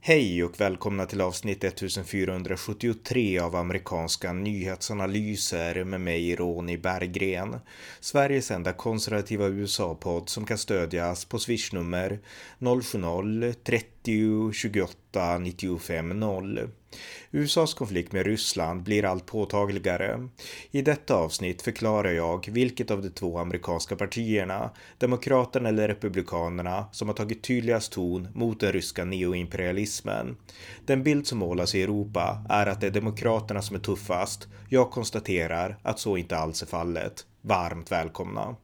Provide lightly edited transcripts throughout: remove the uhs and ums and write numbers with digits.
Hej och välkomna till avsnitt 1473 av amerikanska nyhetsanalyser med mig Ronny Berggren. Sveriges enda konservativa USA-podd som kan stödjas på Swish-nummer 070-30 28 95 0. USAs konflikt med Ryssland blir allt påtagligare. I detta avsnitt förklarar jag vilket av de två amerikanska partierna, Demokraterna eller Republikanerna, som har tagit tydligast ton mot den ryska neoimperialismen. Den bild som målas i Europa är att det är Demokraterna som är tuffast. Jag konstaterar att så inte alls är fallet. Varmt välkomna!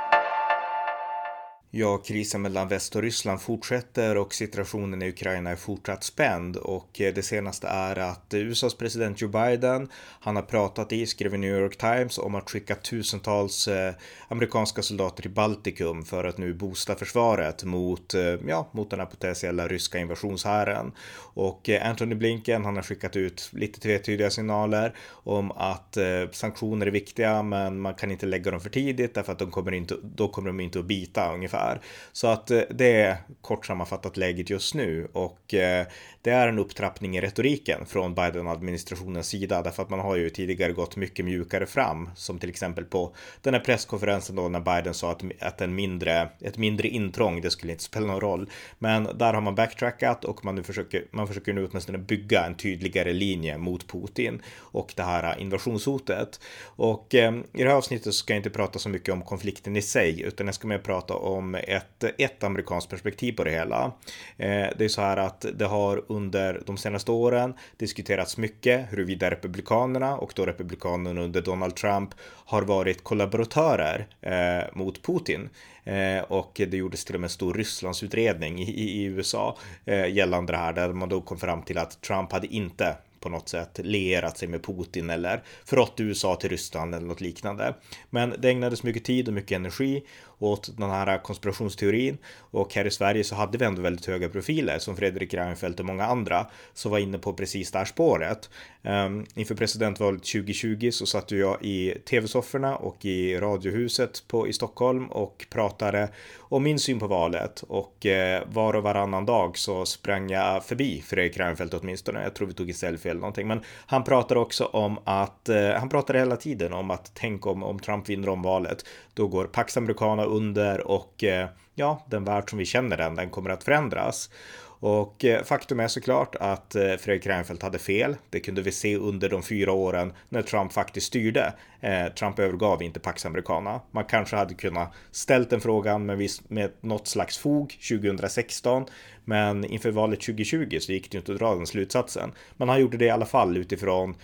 Ja, krisen mellan väst och Ryssland fortsätter och situationen i Ukraina är fortsatt spänd och det senaste är att USAs president Joe Biden, han har pratat skrev i New York Times om att skicka tusentals amerikanska soldater till Baltikum för att nu boosta försvaret mot den här potentiella ryska invasionshären. Och Antony Blinken, han har skickat ut lite tvetydiga signaler om att sanktioner är viktiga, men man kan inte lägga dem för tidigt därför att då kommer de inte att bita ungefär. Så att det är kort sammanfattat läget just nu och det är en upptrappning i retoriken från Biden-administrationens sida därför att man har ju tidigare gått mycket mjukare fram, som till exempel på den här presskonferensen då när Biden sa att ett mindre intrång, det skulle inte spela någon roll, men där har man backtrackat och man försöker nu åtminstone bygga en tydligare linje mot Putin och det här invasionshotet. Och i det här avsnittet ska jag inte prata så mycket om konflikten i sig, utan jag ska mer prata om ett amerikanskt perspektiv på det hela. Det är så här att det har under de senaste åren diskuterats mycket huruvida republikanerna och då republikanerna under Donald Trump har varit kollaboratörer mot Putin. Och det gjordes till och med en stor Rysslandsutredning i USA gällande det här, där man då kom fram till att Trump hade inte på något sätt lerat sig med Putin eller förrått USA till Ryssland eller något liknande. Men det ägnades mycket tid och mycket energi åt den här konspirationsteorin, och här i Sverige så hade vi ändå väldigt höga profiler som Fredrik Reinfeldt och många andra som var inne på precis det här spåret. Inför presidentvalet 2020 så satt jag i tv-sofforna och i radiohuset i Stockholm och pratade om min syn på valet, och var och varannan dag så sprang jag förbi Fredrik Reinfeldt åtminstone. Jag tror vi tog en selfie eller någonting, men han pratade också om att han pratade hela tiden om att tänk om Trump vinner om valet, då går Pax Americana under och den värld som vi känner den kommer att förändras. Och faktum är såklart att Fredrik Reinfeldt hade fel. Det kunde vi se under de 4 åren när Trump faktiskt styrde. Trump övergav inte Pax Americana. Man kanske hade kunnat ställt den frågan med något slags fog 2016. Men inför valet 2020 så gick det inte att dra den slutsatsen. Men han gjorde det i alla fall utifrån,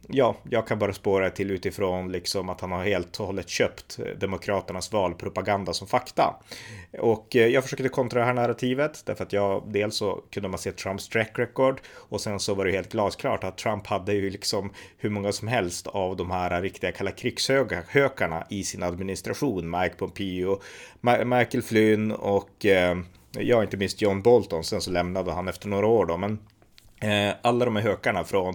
jag kan bara spåra till utifrån liksom att han har helt och hållet köpt Demokraternas valpropaganda som fakta. Och jag försökte kontra det här narrativet därför att dels så kunde man se Trumps track record, och sen så var det helt glasklart att Trump hade ju liksom hur många som helst av de här riktiga kalla krigshökarna i sin administration. Mike Pompeo, Michael Flynn och inte minst John Bolton. Sen så lämnade han efter några år då, men alla de här hökarna från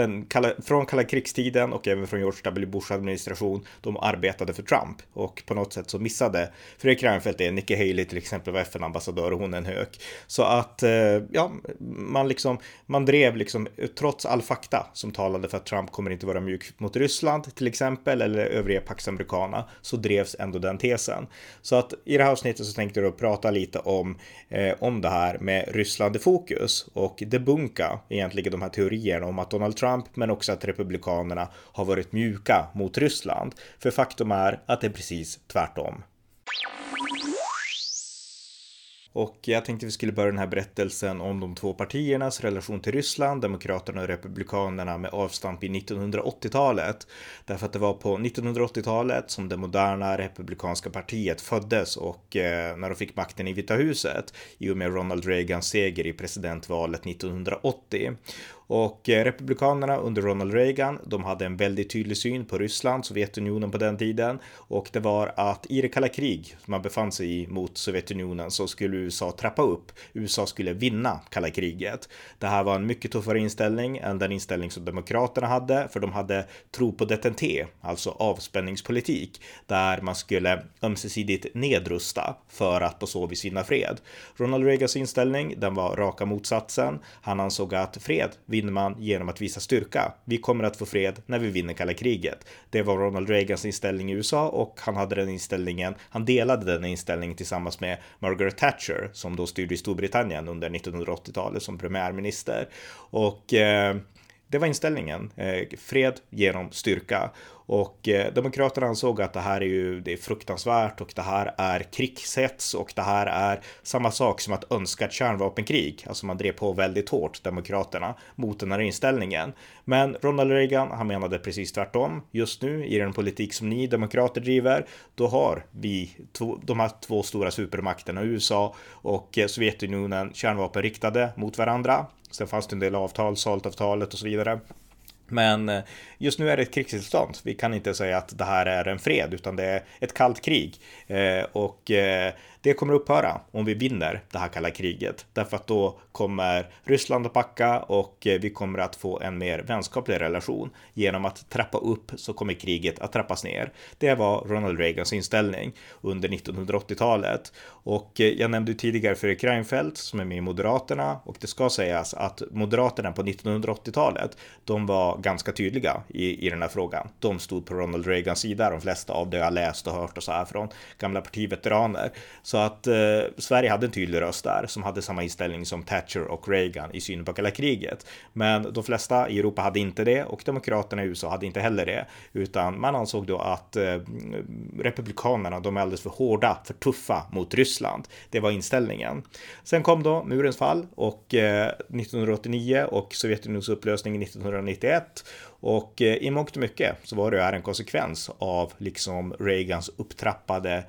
kalla krigstiden och även från George W. Bush administration, de arbetade för Trump, och på något sätt så missade Fredrik Reinfeldt det. Nikki Haley till exempel var FN-ambassadör och hon är en hök. Så att man drev liksom trots all fakta som talade för att Trump kommer inte vara mjuk mot Ryssland till exempel eller övriga Pax Americana, så drevs ändå den tesen. Så att i det här avsnittet så tänkte jag prata lite om det här med Ryssland i fokus och debunka egentligen de här teorierna om att Donald Trump men också att republikanerna har varit mjuka mot Ryssland. För faktum är att det är precis tvärtom. Och jag tänkte vi skulle börja den här berättelsen om de två partiernas relation till Ryssland, Demokraterna och Republikanerna, med avstamp i 1980-talet. Därför att det var på 1980-talet som det moderna republikanska partiet föddes, och när de fick makten i Vita huset i och med Ronald Reagans seger i presidentvalet 1980. Och republikanerna under Ronald Reagan, de hade en väldigt tydlig syn på Ryssland, Sovjetunionen på den tiden, och det var att i det kalla krig som man befann sig i mot Sovjetunionen så skulle USA trappa upp. USA skulle vinna kalla kriget. Det här var en mycket tuffare inställning än den inställning som demokraterna hade, för de hade tro på detente, alltså avspänningspolitik, där man skulle ömsesidigt nedrusta för att på så vis vinna fred. Ronald Reagans inställning, den var raka motsatsen. Han ansåg att fred vinner man genom att visa styrka. Vi kommer att få fred när vi vinner kalla kriget. Det var Ronald Reagans inställning i USA, och han delade den inställningen tillsammans med Margaret Thatcher, som då styrde i Storbritannien under 1980-talet som premiärminister. Och det var inställningen, fred genom styrka. Och demokraterna ansåg att det här det är fruktansvärt, och det här är krigshets, och det här är samma sak som att önska ett kärnvapenkrig. Alltså man drev på väldigt hårt, demokraterna, mot den här inställningen. Men Ronald Reagan, han menade precis tvärtom. Just nu i den politik som ni demokrater driver, då har vi de här två stora supermakterna, USA och Sovjetunionen, kärnvapen riktade mot varandra. Sen fanns det en del avtal, SALT-avtalet och så vidare. Men just nu är det ett krigstillstånd. Vi kan inte säga att det här är en fred, utan det är ett kallt krig. Och det kommer upphöra om vi vinner det här kalla kriget. Därför att då kommer Ryssland att backa, och vi kommer att få en mer vänskaplig relation. Genom att trappa upp så kommer kriget att trappas ner. Det var Ronald Reagans inställning under 1980-talet. Och jag nämnde tidigare Fredrik Reinfeldt som är med i Moderaterna. Och det ska sägas att Moderaterna på 1980-talet, de var ganska tydliga i den här frågan. De stod på Ronald Reagans sida, de flesta av det jag läst och hört och så här från gamla partiveteraner. Så att Sverige hade en tydlig röst där som hade samma inställning som Thatcher och Reagan i synen på kalla kriget. Men de flesta i Europa hade inte det, och demokraterna i USA hade inte heller det. Utan man ansåg då att republikanerna, de är alldeles för hårda, för tuffa mot Ryssland. Det var inställningen. Sen kom då murens fall och 1989 och Sovjetunionens upplösning 1991. Och i mångt och mycket så var det här en konsekvens av liksom Reagans upptrappade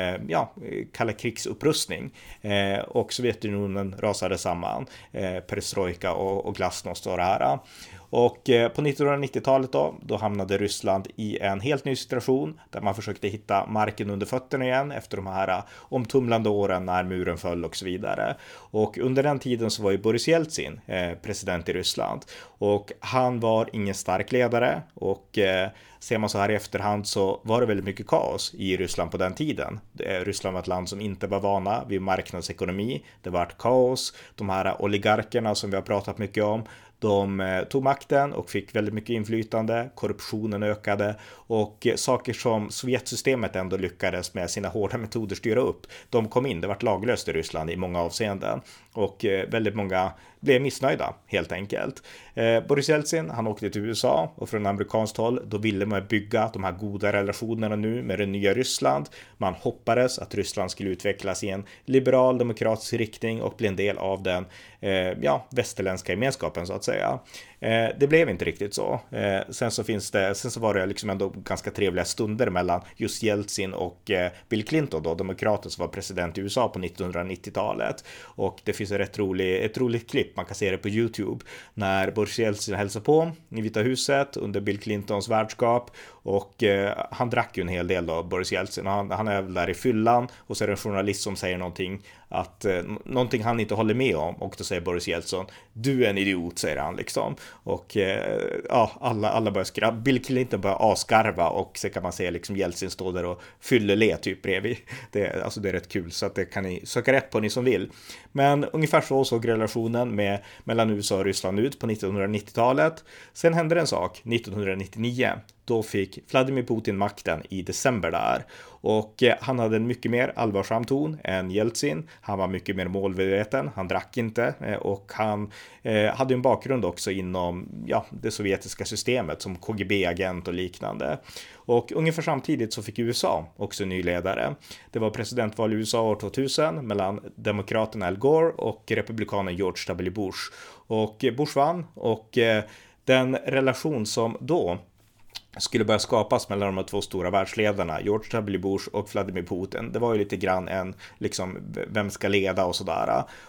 kalla krigsupprustning, och Sovjetunionen rasade samman, perestrojka och glasnost och det här. Och på 1990-talet då hamnade Ryssland i en helt ny situation där man försökte hitta marken under fötterna igen efter de här omtumlande åren när muren föll och så vidare. Och under den tiden så var ju Boris Jeltsin president i Ryssland, och han var ingen stark ledare, och ser man så här i efterhand så var det väldigt mycket kaos i Ryssland på den tiden. Ryssland var ett land som inte var vana vid marknadsekonomi. Det var ett kaos. De här oligarkerna som vi har pratat mycket om, de tog makten och fick väldigt mycket inflytande, korruptionen ökade, och saker som Sovjetsystemet ändå lyckades med sina hårda metoder styra upp, de kom in, det var laglöst i Ryssland i många avseenden, och väldigt många blev missnöjda helt enkelt. Boris Jeltsin, han åkte till USA, och från amerikanskt håll då ville man bygga de här goda relationerna nu med det nya Ryssland. Man hoppades att Ryssland skulle utvecklas i en liberal demokratisk riktning och bli en del av den västerländska gemenskapen så att säga. Det blev inte riktigt så. Sen så var det liksom ändå ganska trevliga stunder mellan just Jeltsin och Bill Clinton då, demokraten som var president i USA på 1990-talet. Och det finns ett roligt klipp, man kan se det på YouTube, när Boris Jeltsin hälsar på i Vita huset under Bill Clintons värdskap, och han drack ju en hel del då, Boris Jeltsin, och han är väl där i fyllan, och så är det en journalist som säger någonting han inte håller med om, och då säger Boris Jeltsin, du är en idiot, säger han liksom. Och alla börjar skratta, Bill Clinton börjar asgarva, och så kan man se liksom Jeltsin stå där och fyller le typ bredvid. Det är rätt kul, så att det kan ni söka rätt på, ni som vill. Men ungefär så såg relationen mellan USA och Ryssland ut på 1990-talet. Sen hände en sak 1999. Då fick Vladimir Putin makten i december där, och han hade en mycket mer allvarsam ton än Jeltsin. Han var mycket mer målmedveten, han drack inte, och han hade en bakgrund också inom det sovjetiska systemet som KGB-agent och liknande. Och ungefär samtidigt så fick USA också en ny ledare. Det var presidentval i USA år 2000 mellan demokraten Al Gore och republikanen George W. Bush. Och Bush vann, och den relation som då skulle börja skapas mellan de här två stora världsledarna, George W. Bush och Vladimir Putin. Det var ju lite grann en, liksom, vem ska leda och sådär.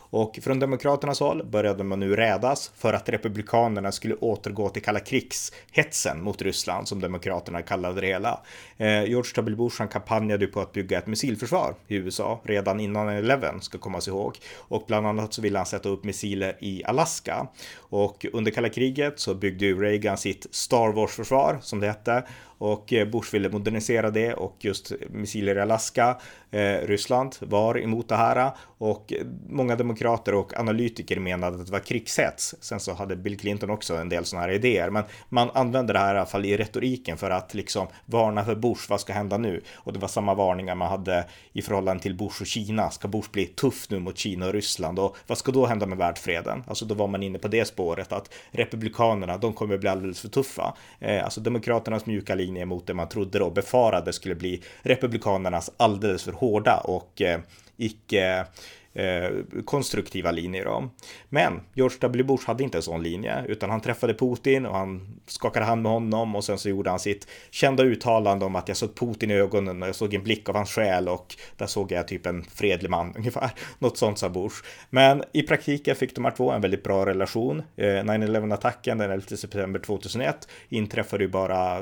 Och från demokraternas håll började man nu rädas för att republikanerna skulle återgå till kalla krigshetsen mot Ryssland, som demokraterna kallade det hela. George W. Bush han kampanjade på att bygga ett missilförsvar i USA redan innan 11 ska komma sig ihåg. Och bland annat så ville han sätta upp missiler i Alaska. Och under kalla kriget så byggde ju Reagan sitt Star Wars-försvar som det hette. Och Bush ville modernisera det och just missiler i Alaska. Ryssland var emot det här och många demokrater och analytiker menade att det var krigshets. Sen så hade Bill Clinton också en del sådana här idéer, men man använde det här i alla fall i retoriken för att liksom varna för Bush, vad ska hända nu? Och det var samma varningar man hade i förhållande till Bush och Kina. Ska Bush bli tuff nu mot Kina och Ryssland? Och vad ska då hända med världsfreden? Alltså då var man inne på det spåret att republikanerna, de kommer bli alldeles för tuffa. Alltså demokraternas mjuka linje mot det man trodde då befarade skulle bli republikanernas alldeles för hårda och icke konstruktiva linjer då. Men George W. Bush hade inte en sån linje, utan han träffade Putin och han skakade hand med honom och sen så gjorde han sitt kända uttalande om att jag såg Putin i ögonen och jag såg en blick av hans själ och där såg jag typ en fredlig man ungefär. Något sånt sa Bush. Men i praktiken fick de här två en väldigt bra relation. 9/11-attacken den 11 september 2001 inträffade ju bara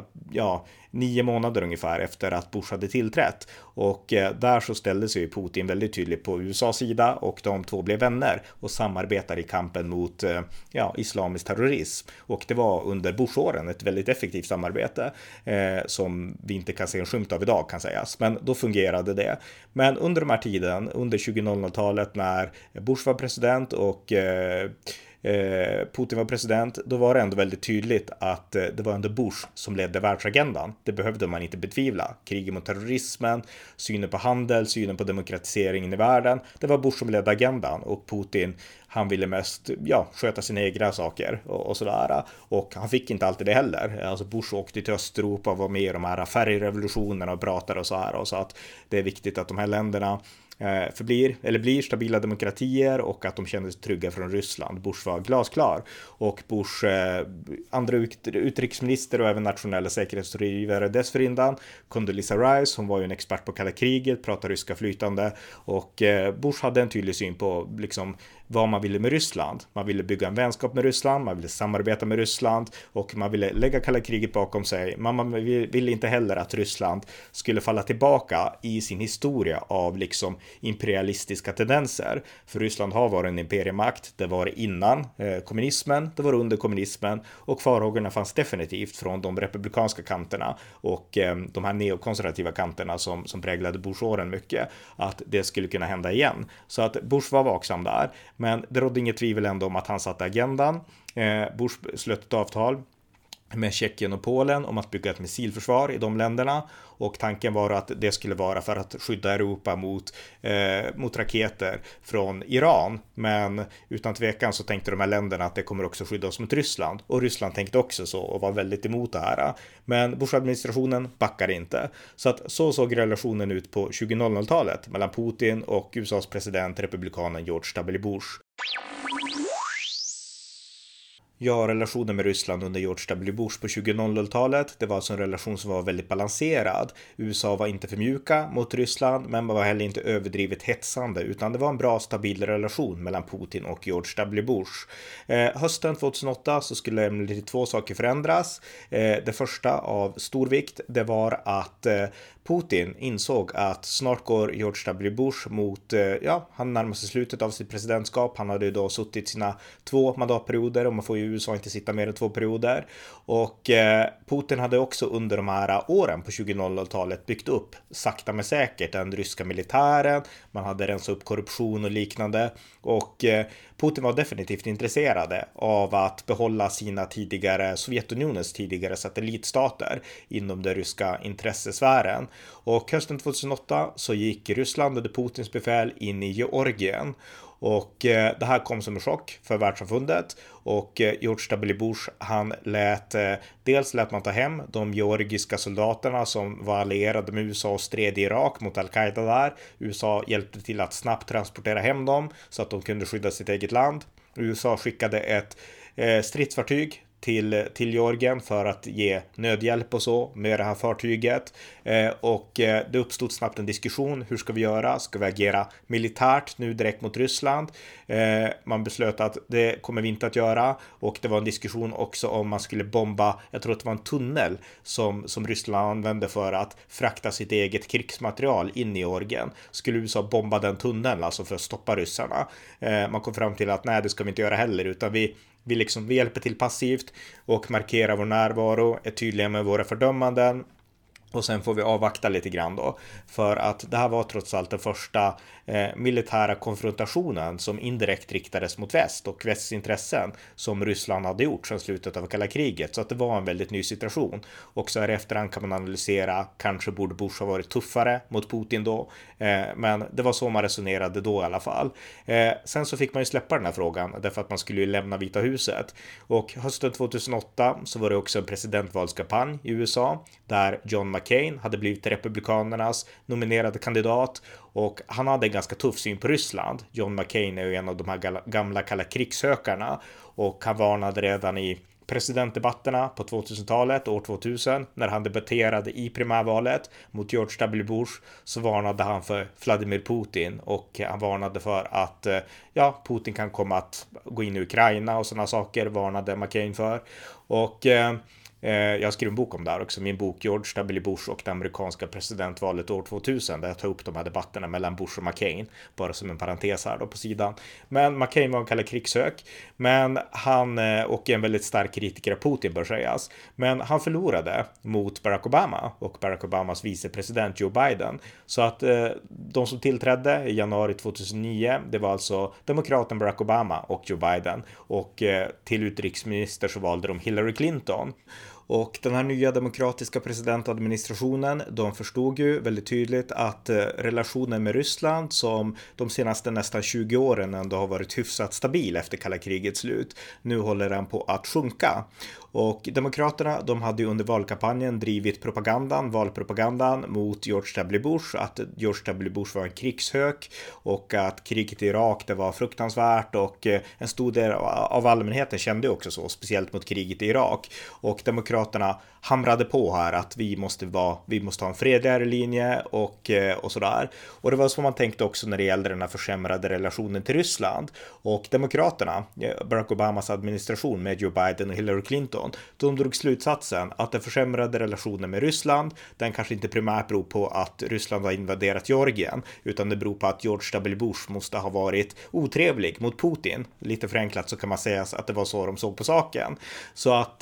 9 månader ungefär efter att Bush hade tillträtt. Och där så ställde sig Putin väldigt tydligt på USAs sida och de två blev vänner och samarbetar i kampen mot islamisk terrorism. Och det var under Bush-åren ett väldigt effektivt samarbete som vi inte kan se en skymt av idag kan sägas. Men då fungerade det. Men under de här tiden, under 2000-talet när Bush var president och Putin var president, då var det ändå väldigt tydligt att det var under Bush som ledde världsagendan. Det behövde man inte betvivla. Kriget mot terrorismen, synen på handel, synen på demokratiseringen i världen. Det var Bush som ledde agendan och Putin, han ville mest sköta sina egna saker och sådär. Och han fick inte alltid det heller. Alltså Bush åkte till Östeuropa och var med i de här färgrevolutionerna och pratade och så här och sa att det är viktigt att de här länderna blir stabila demokratier och att de kände sig trygga från Ryssland. Bush var glasklar och Bush andra utrikesminister och även nationella säkerhetsrådgivare dessförinnan, Condoleezza Rice, hon var ju en expert på kalla kriget, pratade ryska flytande och Bush hade en tydlig syn på liksom vad man ville med Ryssland. Man ville bygga en vänskap med Ryssland, man ville samarbeta med Ryssland och man ville lägga kalla kriget bakom sig. Man ville inte heller att Ryssland skulle falla tillbaka i sin historia av liksom imperialistiska tendenser. För Ryssland har varit en imperiemakt, det var det innan kommunismen, det var under kommunismen och farhågorna fanns definitivt från de republikanska kanterna och de här neokonservativa kanterna som präglade Bush-åren mycket, att det skulle kunna hända igen. Så att Bush var vaksam där. Men det rådde inget tvivel ändå om att han satte agendan. Bush slöt ett avtal med Tjeckien och Polen om att bygga ett missilförsvar i de länderna och tanken var att det skulle vara för att skydda Europa mot raketer från Iran, men utan tvekan så tänkte de här länderna att det kommer också skydda oss mot Ryssland och Ryssland tänkte också så och var väldigt emot det här, men Bush-administrationen backade inte. Så att så såg relationen ut på 2000-talet mellan Putin och USAs president, republikanen George W. Bush. Ja, relationen med Ryssland under George W. Bush på 2000-talet, det var alltså en relation som var väldigt balanserad. USA var inte för mjuka mot Ryssland, men man var heller inte överdrivet hetsande, utan det var en bra stabil relation mellan Putin och George W. Bush. Hösten 2008 så skulle emellertid två saker förändras. Det första av stor vikt, det var att Putin insåg att snart går George W. Bush mot, han närmar sig slutet av sitt presidentskap. Han hade ju då suttit sina 2 mandatperioder och man får ju i USA inte sitta mer än 2 perioder. Och Putin hade också under de här åren på 2000-talet byggt upp sakta men säkert den ryska militären. Man hade rensat upp korruption och liknande. Och Putin var definitivt intresserad av att behålla Sovjetunionens tidigare satellitstater inom den ryska intressesfären. Och hösten 2008 så gick Ryssland under Putins befäl in i Georgien. Och det här kom som en chock för världssamfundet och George W. Bush han lät man ta hem de georgiska soldaterna som var allierade med USA och stred i Irak mot Al-Qaida där. USA hjälpte till att snabbt transportera hem dem så att de kunde skydda sitt eget land. USA skickade ett stridsfartyg till Georgien för att ge nödhjälp och så med det här fartyget. Och det uppstod snabbt en diskussion. Hur ska vi göra? Ska vi agera militärt nu direkt mot Ryssland? Man beslöt att det kommer vi inte att göra. Och det var en diskussion också om man skulle bomba, jag tror att det var en tunnel som Ryssland använde för att frakta sitt eget krigsmaterial in i Georgien. Skulle USA bomba den tunneln, alltså för att stoppa ryssarna? Man kom fram till att nej, det ska vi inte göra heller, utan vi hjälper till passivt och markerar vår närvaro, är tydliga med våra fördömanden. Och sen får vi avvakta lite grann då. För att det här var trots allt den första militära konfrontationen som indirekt riktades mot väst och västs intressen som Ryssland hade gjort sedan slutet av kalla kriget. Så att det var en väldigt ny situation. Och så här i efterhand kan man analysera, kanske borde Bush ha varit tuffare mot Putin då. Men det var så man resonerade då i alla fall. Sen så fick man ju släppa den här frågan därför att man skulle ju lämna Vita huset. Och hösten 2008 så var det också en presidentvalskampanj i USA där John McCain hade blivit republikanernas nominerade kandidat och han hade en ganska tuff syn på Ryssland. John McCain är ju en av de här gamla kalla krigshökarna och han varnade redan i presidentdebatterna på 2000-talet, år 2000, när han debatterade i primärvalet mot George W. Bush, så varnade han för Vladimir Putin och han varnade för att Putin kan komma att gå in i Ukraina och sådana saker varnade McCain för. Och jag skrev en bok om det här också, min bok George W. Bush och det amerikanska presidentvalet år 2000, där jag tar upp de här debatterna mellan Bush och McCain, bara som en parentes här då på sidan. Men McCain var en kalla krigshök, men han och en väldigt stark kritiker av Putin bör sägas, men han förlorade mot Barack Obama och Barack Obamas vicepresident Joe Biden. Så att de som tillträdde i januari 2009, det var alltså demokraten Barack Obama och Joe Biden, och till utrikesminister så valde de Hillary Clinton. Och den här nya demokratiska presidentadministrationen, de förstod ju väldigt tydligt att relationen med Ryssland, som de senaste nästan 20 åren ändå har varit hyfsat stabil efter kalla krigets slut, nu håller den på att sjunka. Och demokraterna, de hade ju under valkampanjen drivit valpropagandan mot George W. Bush, att George W. Bush var en krigshök och att kriget i Irak, det var fruktansvärt, och en stor del av allmänheten kände också så, speciellt mot kriget i Irak. Och demokraterna hamrade på här att vi måste ha en fredligare linje och sådär. Och det var så man tänkte också när det gällde den här försämrade relationen till Ryssland. Och demokraterna, Barack Obamas administration med Joe Biden och Hillary Clinton, de drog slutsatsen att den försämrade relationen med Ryssland, den kanske inte primärt beror på att Ryssland har invaderat Georgien, utan det beror på att George W. Bush måste ha varit otrevlig mot Putin. Lite förenklat så kan man säga att det var så de såg på saken. Så att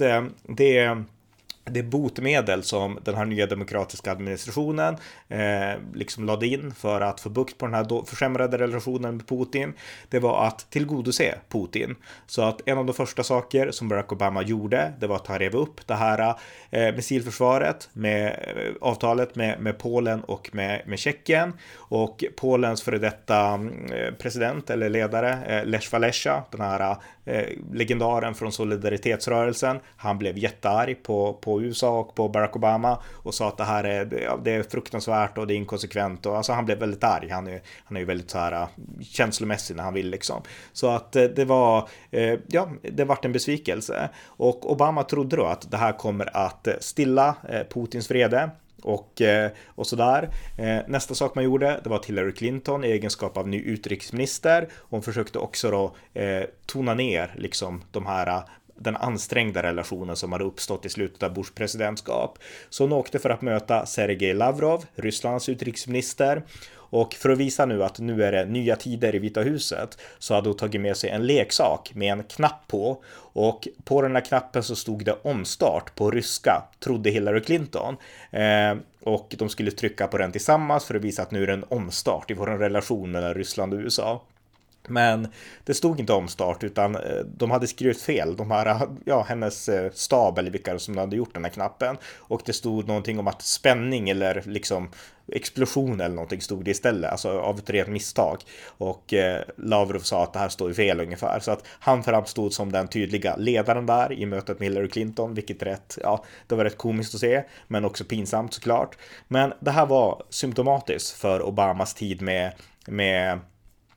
det botemedel som den här nya demokratiska administrationen liksom lade in för att få bukt på den här försämrade relationen med Putin, det var att tillgodose Putin. Så att en av de första saker som Barack Obama gjorde, det var att han rev upp det här missilförsvaret med avtalet med Polen och med Tjeckien, och Polens före detta president eller ledare Lech Walesa, den här legendaren från solidaritetsrörelsen, han blev jättearg på USA och på Barack Obama och sa att det här är fruktansvärt och det är inkonsekvent, och alltså han blev väldigt arg. Han är ju väldigt så här känslomässig när han vill liksom. Så att det var en besvikelse, och Obama trodde då att det här kommer att stilla Putins vrede. Och sådär. Nästa sak man gjorde, det var att Hillary Clinton i egenskap av ny utrikesminister, hon försökte också då tona ner liksom den ansträngda relationen som hade uppstått i slutet av Bush presidentskap. Så hon åkte för att möta Sergej Lavrov, Rysslands utrikesminister. Och för att visa nu att nu är det nya tider i Vita huset, så hade hon tagit med sig en leksak med en knapp på. Och på den här knappen så stod det omstart på ryska, trodde Hillary Clinton. Och de skulle trycka på den tillsammans för att visa att nu är det en omstart i vår relation mellan Ryssland och USA. Men det stod inte omstart, utan de hade skrivit fel. Hennes stab eller vilka som hade gjort den här knappen. Och det stod någonting om att spänning eller liksom explosion eller någonting stod det istället. Alltså av ett rent misstag. Och Lavrov sa att det här står fel ungefär. Så att han framstod som den tydliga ledaren där i mötet med Hillary Clinton. Vilket det var rätt komiskt att se. Men också pinsamt såklart. Men det här var symptomatiskt för Obamas tid med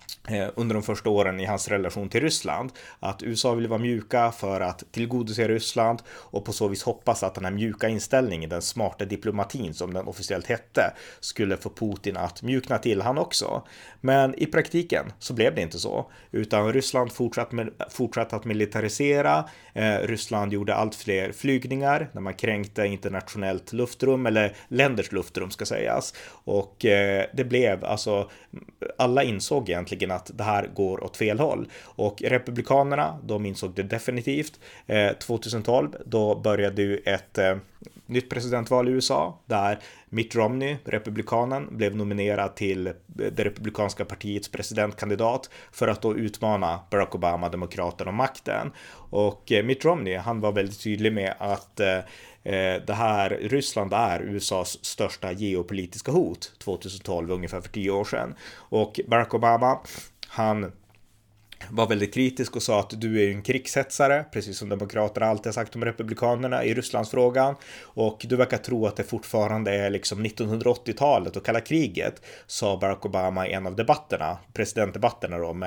under de första åren i hans relation till Ryssland, att USA ville vara mjuka för att tillgodose Ryssland och på så vis hoppas att den här mjuka inställningen, den smarta diplomatin som den officiellt hette, skulle få Putin att mjukna till han också. Men i praktiken så blev det inte så, utan Ryssland fortsatte att militarisera. Ryssland gjorde allt fler flygningar när man kränkte internationellt luftrum, eller länders luftrum ska sägas, och det blev alltså, alla insåg egentligen att det här går åt fel håll, och republikanerna, de insåg det definitivt. 2012 då började ju ett nytt presidentval i USA där Mitt Romney, republikanen, blev nominerad till det republikanska partiets presidentkandidat för att då utmana Barack Obama, demokraterna, om makten. Och Mitt Romney, han var väldigt tydlig med att det här, Ryssland är USAs största geopolitiska hot 2012, ungefär för 10 år sedan. Och Barack Obama, han var väldigt kritisk och sa att du är en krigshetsare, precis som demokraterna alltid har sagt om republikanerna i Rysslandsfrågan, och du verkar tro att det fortfarande är liksom 1980-talet och kalla kriget, sa Barack Obama i en av debatterna, presidentdebatterna då,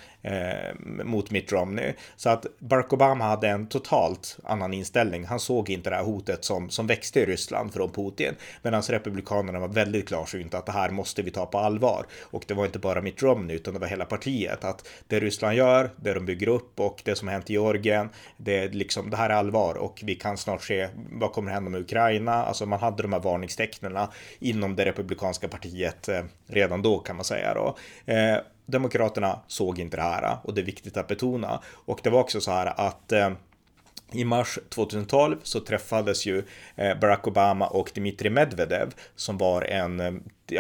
mot Mitt Romney. Så att Barack Obama hade en totalt annan inställning. Han såg inte det här hotet som växte i Ryssland från Putin, medan republikanerna var väldigt klarsynta att det här måste vi ta på allvar. Och det var inte bara Mitt Romney utan det var hela partiet, att det Ryssland gör, det de bygger upp och det som hänt i Georgien, det här är allvar och vi kan snart se vad kommer hända med Ukraina. Alltså man hade de här varningstecknen inom det republikanska partiet redan då, kan man säga då. Demokraterna såg inte det här, och det är viktigt att betona. Och det var också så här att i mars 2012 så träffades ju Barack Obama och Dmitry Medvedev, som var en,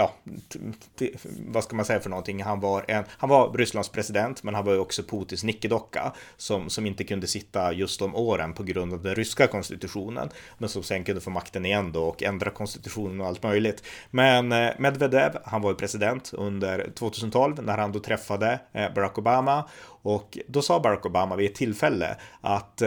vad ska man säga för någonting, han var Rysslands president, men han var ju också Putins nickedocka som inte kunde sitta just de åren på grund av den ryska konstitutionen, men som sen kunde få makten igen då och ändra konstitutionen och allt möjligt. Men Medvedev, han var ju president under 2012 när han då träffade Barack Obama. Och då sa Barack Obama vid ett tillfälle att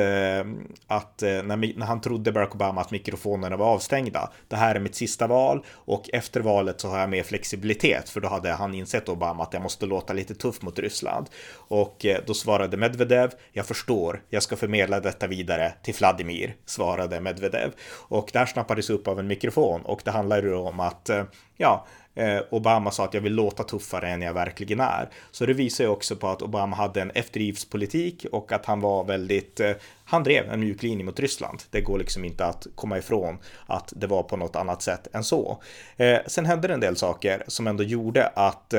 när han trodde Barack Obama att mikrofonerna var avstängda, det här är mitt sista val och efter valet så har jag mer flexibilitet, för då hade han insett Obama att jag måste låta lite tuff mot Ryssland. Och då svarade Medvedev, jag förstår, jag ska förmedla detta vidare till Vladimir, svarade Medvedev. Och det här snappades upp av en mikrofon, och det handlar ju om att Obama sa att jag vill låta tuffare än jag verkligen är. Så det visar ju också på att Obama hade en eftergiftspolitik och att han var han drev en mjuk linje mot Ryssland. Det går liksom inte att komma ifrån att det var på något annat sätt än så. Sen hände det en del saker som ändå gjorde att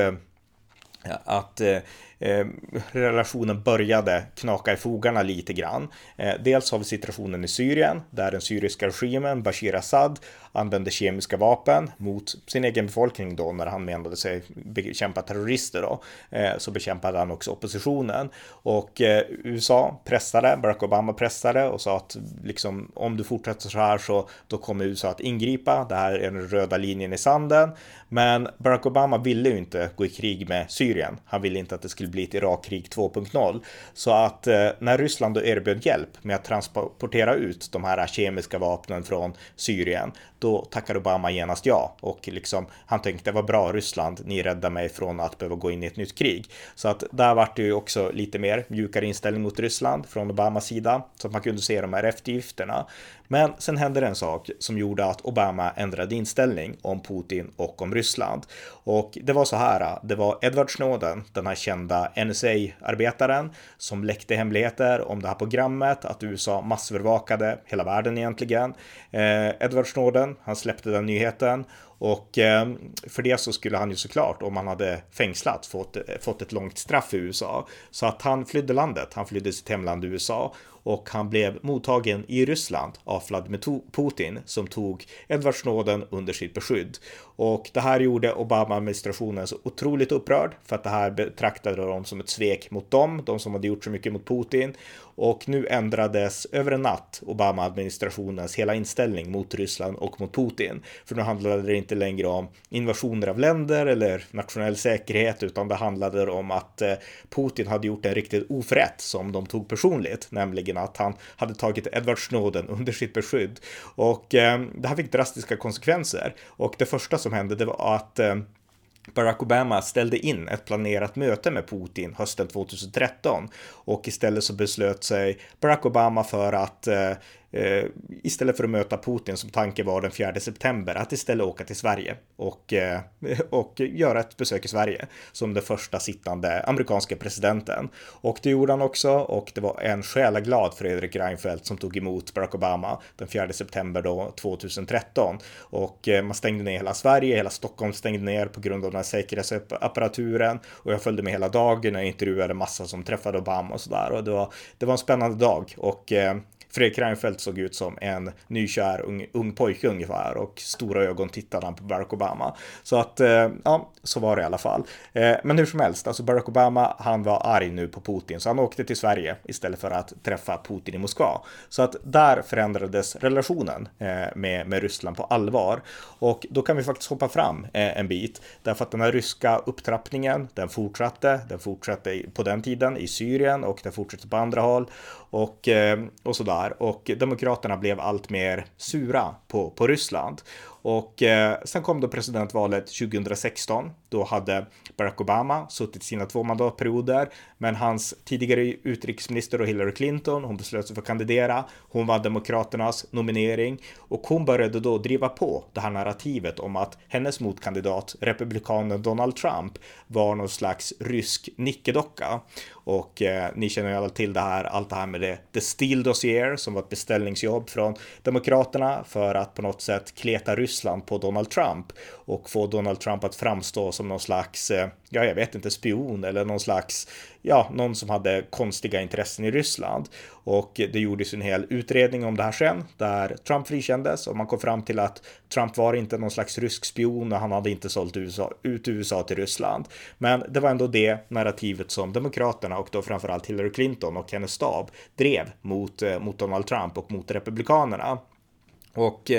relationen började knaka i fogarna lite grann. Dels har vi situationen i Syrien där den syriska regimen, Bashir Assad, använde kemiska vapen mot sin egen befolkning då, när han menade sig bekämpa terrorister då, så bekämpade han också oppositionen. Och USA pressade, Barack Obama pressade och sa att liksom, om du fortsätter så här så då kommer USA att ingripa. Det här är den röda linjen i sanden. Men Barack Obama ville ju inte gå i krig med Syrien. Han ville inte att det skulle bli ett Irakkrig 2.0. Så att när Ryssland då erbjöd hjälp med att transportera ut de här kemiska vapnen från Syrien, då tackade Obama genast ja. Och liksom, han tänkte, det var bra Ryssland, ni räddar mig från att behöva gå in i ett nytt krig. Så att där var det ju också lite mer mjukare inställning mot Ryssland från Obamas sida, så att man kunde se de här eftergifterna. Men sen hände det en sak som gjorde att Obama ändrade inställning om Putin och om Ryssland. Och det var så här, det var Edward Snowden, den här kända NSA-arbetaren, som läckte hemligheter om det här programmet, att USA massövervakade hela världen egentligen. Edward Snowden, han släppte den nyheten. Och för det så skulle han ju såklart, om han hade fängslat, fått ett långt straff i USA. Så att han flydde landet, han flydde sitt hemland USA. Och han blev mottagen i Ryssland av Vladimir Putin, som tog Edward Snowden under sitt beskydd. Och det här gjorde Obama-administrationen så otroligt upprörd, för att det här betraktade de som ett svek mot dem, de som hade gjort så mycket mot Putin. Och nu ändrades över en natt Obama-administrationens hela inställning mot Ryssland och mot Putin. För nu handlade det inte längre om invasioner av länder eller nationell säkerhet, utan det handlade om att Putin hade gjort en riktigt oförrätt som de tog personligt, nämligen att han hade tagit Edward Snowden under sitt beskydd. Och det här fick drastiska konsekvenser. Och det första som hände, det var att Barack Obama ställde in ett planerat möte med Putin hösten 2013 och istället så beslöt sig Barack Obama för att istället för att möta Putin som tanke var den 4 september att istället åka till Sverige och göra ett besök i Sverige som den första sittande amerikanska presidenten. Och det gjorde han också och det var en själaglad Fredrik Reinfeldt som tog emot Barack Obama den 4 september då 2013 och man stängde ner hela Sverige, hela Stockholm stängde ner på grund av den här säkerhetsapparaturen och jag följde med hela dagen och intervjuade massa som träffade Obama och sådär och det var en spännande dag och Fredrik Reinfeldt såg ut som en nykär ung pojke ungefär och stora ögon tittade han på Barack Obama. Så att, ja, så var det i alla fall. Men hur som helst, alltså Barack Obama, han var arg nu på Putin så han åkte till Sverige istället för att träffa Putin i Moskva. Så att där förändrades relationen med Ryssland på allvar. Och då kan vi faktiskt hoppa fram en bit därför att den här ryska upptrappningen, den fortsatte på den tiden i Syrien och den fortsatte på andra håll och sådär. Och demokraterna blev allt mer sura på Ryssland. Och sen kom då presidentvalet 2016. Då hade Barack Obama suttit sina 2 mandatperioder. Men hans tidigare utrikesminister Hillary Clinton, hon beslöt sig för att kandidera. Hon var demokraternas nominering. Och hon började då driva på det här narrativet om att hennes motkandidat, republikanen Donald Trump, var någon slags rysk nickedocka. Och ni känner ju alla till allt det här med The Steele Dossier som var ett beställningsjobb från demokraterna för att på något sätt kleta Ryssland på Donald Trump och få Donald Trump att framstå som någon slags, jag vet inte, spion eller någon slags, någon som hade konstiga intressen i Ryssland. Och det gjordes en hel utredning om det här sen där Trump frikändes och man kom fram till att Trump var inte någon slags rysk spion och han hade inte sålt ut USA till Ryssland. Men det var ändå det narrativet som demokraterna och då framförallt Hillary Clinton och hennes stab drev mot Donald Trump och mot republikanerna. Och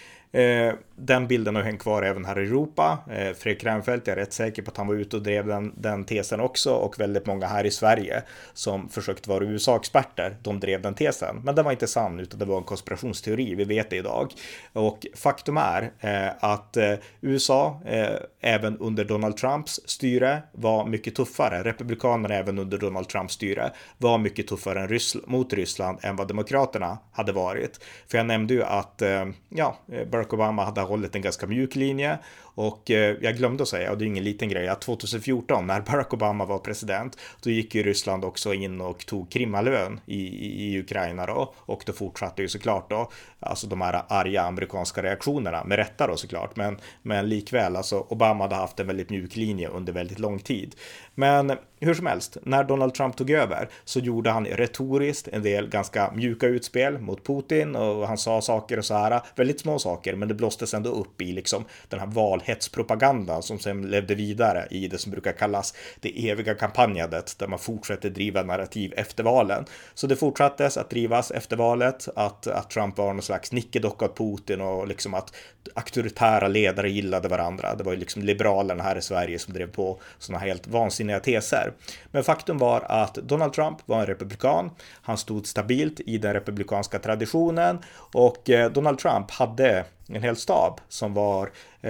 den bilden har hängt kvar även här i Europa. Fredrik Reinfeldt, jag är rätt säker på att han var ute och drev den tesen också och väldigt många här i Sverige som försökte vara USA-experter, de drev den tesen. Men den var inte sann utan det var en konspirationsteori, vi vet det idag. Och faktum är att USA även under Donald Trumps styre var mycket tuffare. Republikanerna även under Donald Trumps styre var mycket tuffare mot Ryssland än vad demokraterna hade varit. För jag nämnde ju att Barack Obama hade hållit en ganska mjuk linje och jag glömde att säga, och det är ingen liten grej, att 2014 när Barack Obama var president då gick ju Ryssland också in och tog Krimhalvön i Ukraina då, och då fortsatte ju såklart då alltså de här arga amerikanska reaktionerna med rätta då såklart, men likväl alltså Obama hade haft en väldigt mjuk linje under väldigt lång tid. Men hur som helst, när Donald Trump tog över så gjorde han retoriskt en del ganska mjuka utspel mot Putin och han sa saker och så här, väldigt små saker, men det blåstes ändå upp i liksom den här valhetspropagandan som sen levde vidare i det som brukar kallas det eviga kampanjadet där man fortsätter driva narrativ efter valen. Så det fortsattes att drivas efter valet att Trump var någon slags nickedocka åt Putin och liksom att auktoritära ledare gillade varandra. Det var ju liksom liberalerna här i Sverige som drev på såna helt vansinniga teser. Men faktum var att Donald Trump var en republikan. Han stod stabilt i den republikanska traditionen och Donald Trump hade en hel stab som var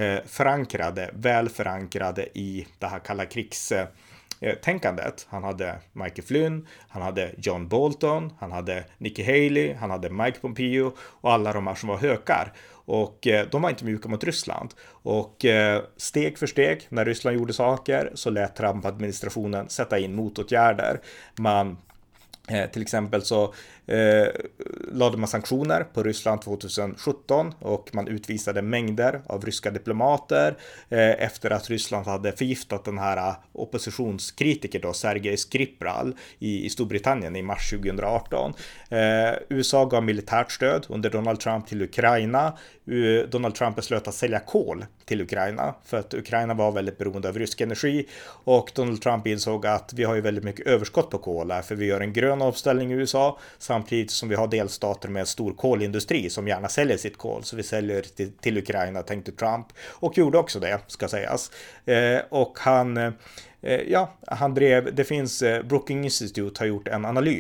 väl förankrade i det här kalla tänkandet. Han hade Michael Flynn, han hade John Bolton, han hade Nikki Haley, han hade Mike Pompeo och alla de här som var hökar. Och de var inte mjuka mot Ryssland. Och steg för steg när Ryssland gjorde saker så lät Trump-administrationen sätta in motåtgärder. Till exempel så lade man sanktioner på Ryssland 2017 och man utvisade mängder av ryska diplomater efter att Ryssland hade förgiftat den här oppositionskritiker då, Sergej Skripal i Storbritannien i mars 2018. USA gav militärt stöd under Donald Trump till Ukraina. Donald Trump beslöt att sälja kol till Ukraina för att Ukraina var väldigt beroende av rysk energi och Donald Trump insåg att vi har ju väldigt mycket överskott på kol här, för vi gör en grön omställning i USA samtidigt som vi har delstater med stor kolindustri som gärna säljer sitt kol, så vi säljer till Ukraina, tänkte Trump, och gjorde också det, ska sägas. Och han drev, det finns Brookings Institute har gjort en analys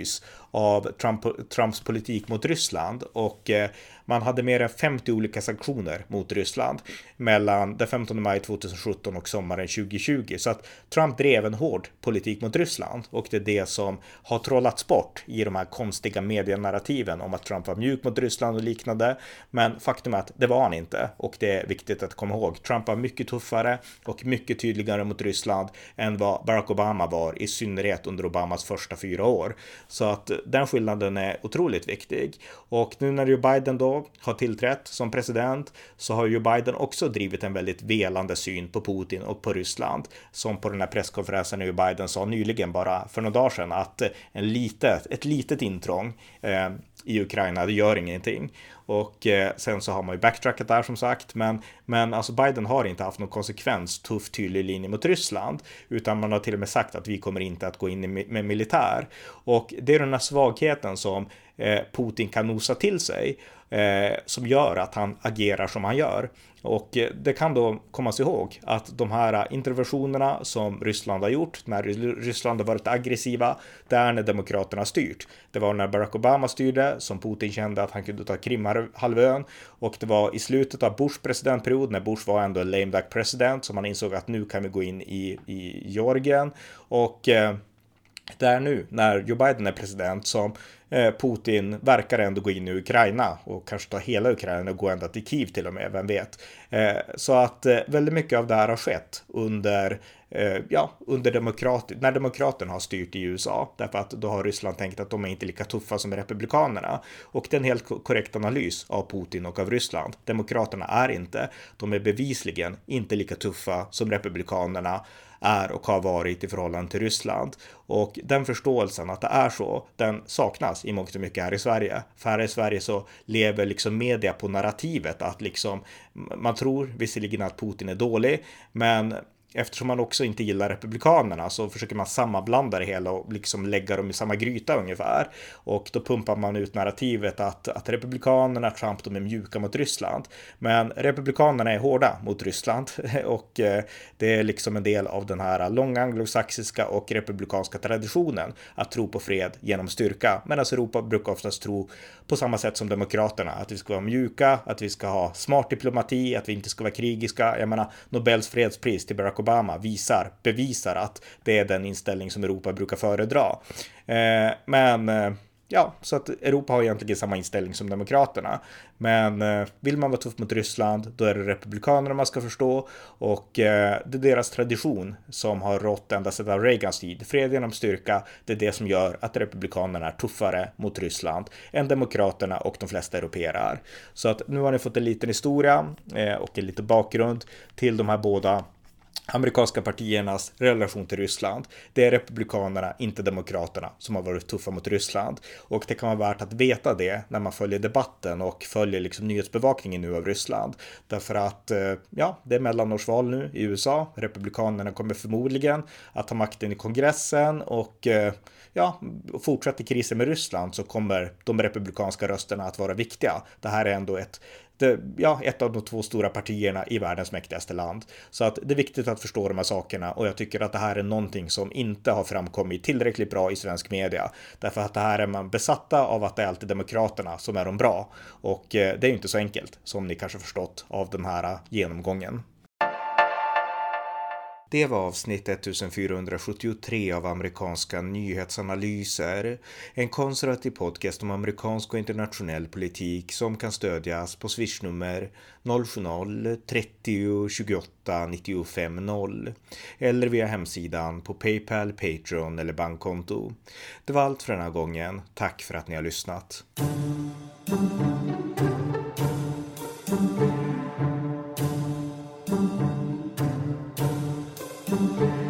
av Trumps politik mot Ryssland och man hade mer än 50 olika sanktioner mot Ryssland mellan den 15 maj 2017 och sommaren 2020. Så att Trump drev en hård politik mot Ryssland och det är det som har trollats bort i de här konstiga medienarrativen om att Trump var mjuk mot Ryssland och liknande. Men faktum är att det var han inte och det är viktigt att komma ihåg. Trump var mycket tuffare och mycket tydligare mot Ryssland än vad Barack Obama var, i synnerhet under Obamas första 4 år. Så att den skillnaden är otroligt viktig. Och nu när Joe Biden då har tillträtt som president så har Joe Biden också drivit en väldigt velande syn på Putin och på Ryssland. Som på den här presskonferensen Joe Biden sa nyligen, bara för några dagar sedan, att ett litet intrång i Ukraina, det gör ingenting. Och sen så har man ju backtrackat där som sagt, men alltså Biden har inte haft någon konsekvens, tuff, tydlig linje mot Ryssland, utan man har till och med sagt att vi kommer inte att gå in med militär. Och det är den här svagheten som Putin kan nosa till sig som gör att han agerar som han gör. Och det kan då komma sig ihåg att de här interventionerna som Ryssland har gjort, när Ryssland har varit aggressiva, det är när demokraterna styrt. Det var när Barack Obama styrde som Putin kände att han kunde ta Krimhalvön, och det var i slutet av Bush presidentperiod, när Bush var ändå en lame duck president, som man insåg att nu kan vi gå in i Georgien. Och det är nu när Joe Biden är president som Putin verkar ändå gå in i Ukraina och kanske ta hela Ukraina och gå ända till Kiev till och med, vem vet. Så att väldigt mycket av det här har skett under när demokraterna har styrt i USA, därför att då har Ryssland tänkt att de är inte lika tuffa som republikanerna, och det är en helt korrekt analys av Putin och av Ryssland. Demokraterna är inte, de är bevisligen inte lika tuffa som republikanerna är och har varit i förhållande till Ryssland, och den förståelsen att det är så, den saknas i mångt och mycket här i Sverige. För här i Sverige så lever liksom media på narrativet att liksom man tror visserligen att Putin är dålig, men eftersom man också inte gillar republikanerna så försöker man sammanblanda det hela och liksom lägga dem i samma gryta ungefär. Och då pumpar man ut narrativet att republikanerna, Trump, de är mjuka mot Ryssland. Men republikanerna är hårda mot Ryssland och det är liksom en del av den här långa anglosaxiska och republikanska traditionen att tro på fred genom styrka. Medan Europa brukar oftast tro på samma sätt som demokraterna, att vi ska vara mjuka, att vi ska ha smart diplomati, att vi inte ska vara krigiska. Jag menar, Nobels fredspris till Barack Obama bevisar att det är den inställning som Europa brukar föredra. Så att Europa har egentligen samma inställning som demokraterna. Men vill man vara tuff mot Ryssland, då är det republikanerna man ska förstå. Och det är deras tradition som har rått ända sedan Reagans tid. Fred genom styrka, det är det som gör att republikanerna är tuffare mot Ryssland än demokraterna och de flesta europeer. Så att nu har ni fått en liten historia och en liten bakgrund till de här båda amerikanska partiernas relation till Ryssland. Det är republikanerna, inte demokraterna, som har varit tuffa mot Ryssland. Och det kan vara värt att veta det när man följer debatten och följer liksom nyhetsbevakningen nu av Ryssland. Därför att det är mellanårsval nu i USA. Republikanerna kommer förmodligen att ta makten i kongressen och fortsätter krisen med Ryssland så kommer de republikanska rösterna att vara viktiga. Det här är ändå ett av de 2 stora partierna i världens mäktigaste land. Så att det är viktigt att förstå de här sakerna, och jag tycker att det här är någonting som inte har framkommit tillräckligt bra i svensk media. Därför att det här är man besatta av att det är alltid demokraterna som är de bra. Och det är ju inte så enkelt som ni kanske förstått av den här genomgången. Det var avsnitt 1473 av amerikanska nyhetsanalyser, en konservativ podcast om amerikansk och internationell politik som kan stödjas på swishnummer 070-30 28 95 0 eller via hemsidan på PayPal, Patreon eller bankkonto. Det var allt för den här gången. Tack för att ni har lyssnat. Thank you.